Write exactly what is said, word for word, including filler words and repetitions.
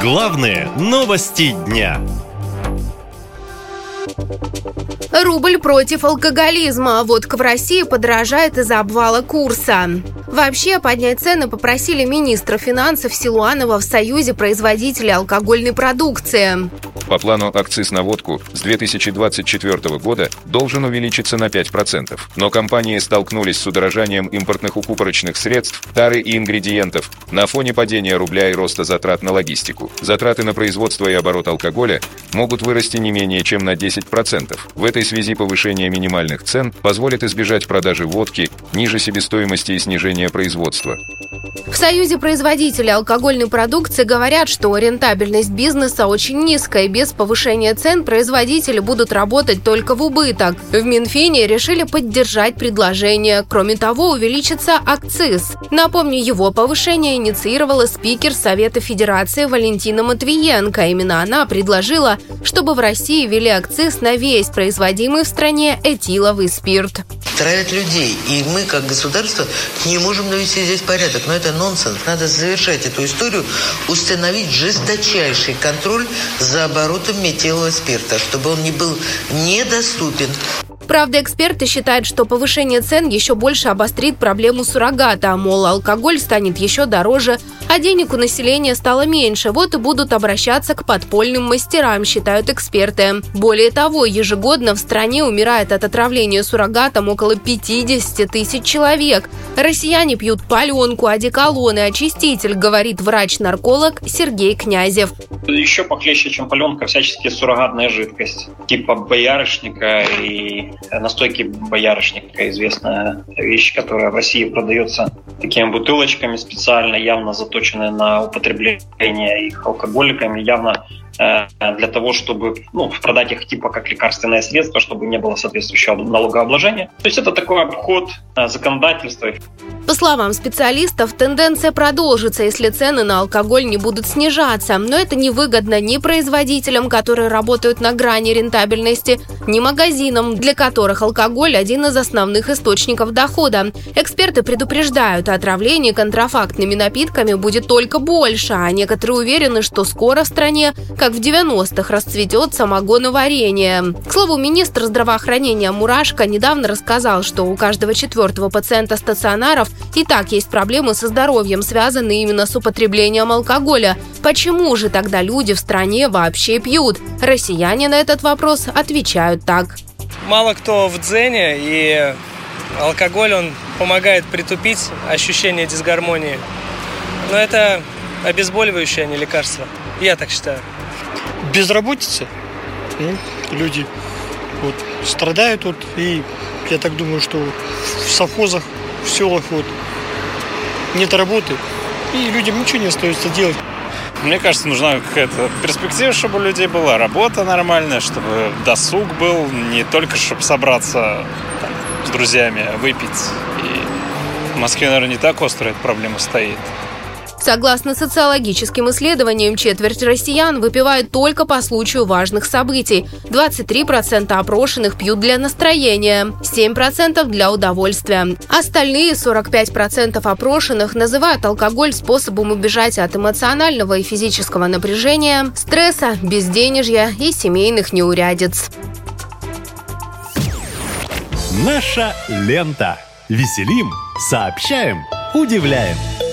Главные новости дня. Рубль против алкоголизма. Водка в России подорожает из-за обвала курса. Вообще, поднять цены попросили министра финансов Силуанова в Союзе производителей алкогольной продукции. По плану акциз на водку с две тысячи двадцать четвёртого года должен увеличиться на пять процентов. Но компании столкнулись с удорожанием импортных укупорочных средств, тары и ингредиентов на фоне падения рубля и роста затрат на логистику. Затраты на производство и оборот алкоголя могут вырасти не менее чем на десять процентов. В этой связи повышение минимальных цен позволит избежать продажи водки ниже себестоимости и снижения производства. В Союзе производителей алкогольной продукции говорят, что рентабельность бизнеса очень низкая. Без повышения цен производители будут работать только в убыток. В Минфине решили поддержать предложение. Кроме того, увеличится акциз. Напомню, его повышение инициировала спикер Совета Федерации Валентина Матвиенко. Именно она предложила, чтобы в России ввели акциз на весь производимый в стране этиловый спирт. Травят людей, и мы, как государство, не можем навести здесь порядок. Но это нонсенс. Надо завершать эту историю, установить жесточайший контроль за оборотом метилового спирта, чтобы он не был недоступен. Правда, эксперты считают, что повышение цен еще больше обострит проблему суррогата. Мол, алкоголь станет еще дороже, а денег у населения стало меньше. Вот и будут обращаться к подпольным мастерам, считают эксперты. Более того, ежегодно в стране умирает от отравления суррогатом около пятьдесят тысяч человек. Россияне пьют паленку, одеколон и очиститель, говорит врач-нарколог Сергей Князев. Еще похлеще, чем паленка, всячески суррогатная жидкость, типа боярышника и настойки боярышника, известная вещь, которая в России продается такими бутылочками специально, явно заточенные на употребление их алкоголиками, явно э, для того, чтобы ну, продать их типа как лекарственное средство, чтобы не было соответствующего налогообложения. То есть это такой обход э, законодательства. По словам специалистов, тенденция продолжится, если цены на алкоголь не будут снижаться. Но это невыгодно ни производителям, которые работают на грани рентабельности, ни магазинам, для которых алкоголь – один из основных источников дохода. Эксперты предупреждают, отравление контрафактными напитками будет только больше, а некоторые уверены, что скоро в стране, как в девяностых, расцветет самогоноварение. К слову, министр здравоохранения Мурашко недавно рассказал, что у каждого четвертого пациента стационаров и так есть проблемы со здоровьем, связанные именно с употреблением алкоголя. Почему же тогда люди в стране вообще пьют? Россияне на этот вопрос отвечают так. Мало кто в дзене, и алкоголь, он помогает притупить ощущение дисгармонии. Но это обезболивающее, а не лекарство. Я так считаю. Безработица. Ну, люди вот, страдают, вот, и я так думаю, что в совхозах, в селах вот, нет работы, и людям ничего не остается делать. Мне кажется, нужна какая-то перспектива, чтобы у людей была работа нормальная, чтобы досуг был, не только чтобы собраться там, с друзьями, выпить. И в Москве, наверное, не так остро эта проблема стоит. Согласно социологическим исследованиям, четверть россиян выпивают только по случаю важных событий. двадцать три процента опрошенных пьют для настроения, семь процентов для удовольствия. Остальные сорок пять процентов опрошенных называют алкоголь способом убежать от эмоционального и физического напряжения, стресса, безденежья и семейных неурядиц. Наша лента. Веселим, сообщаем, удивляем.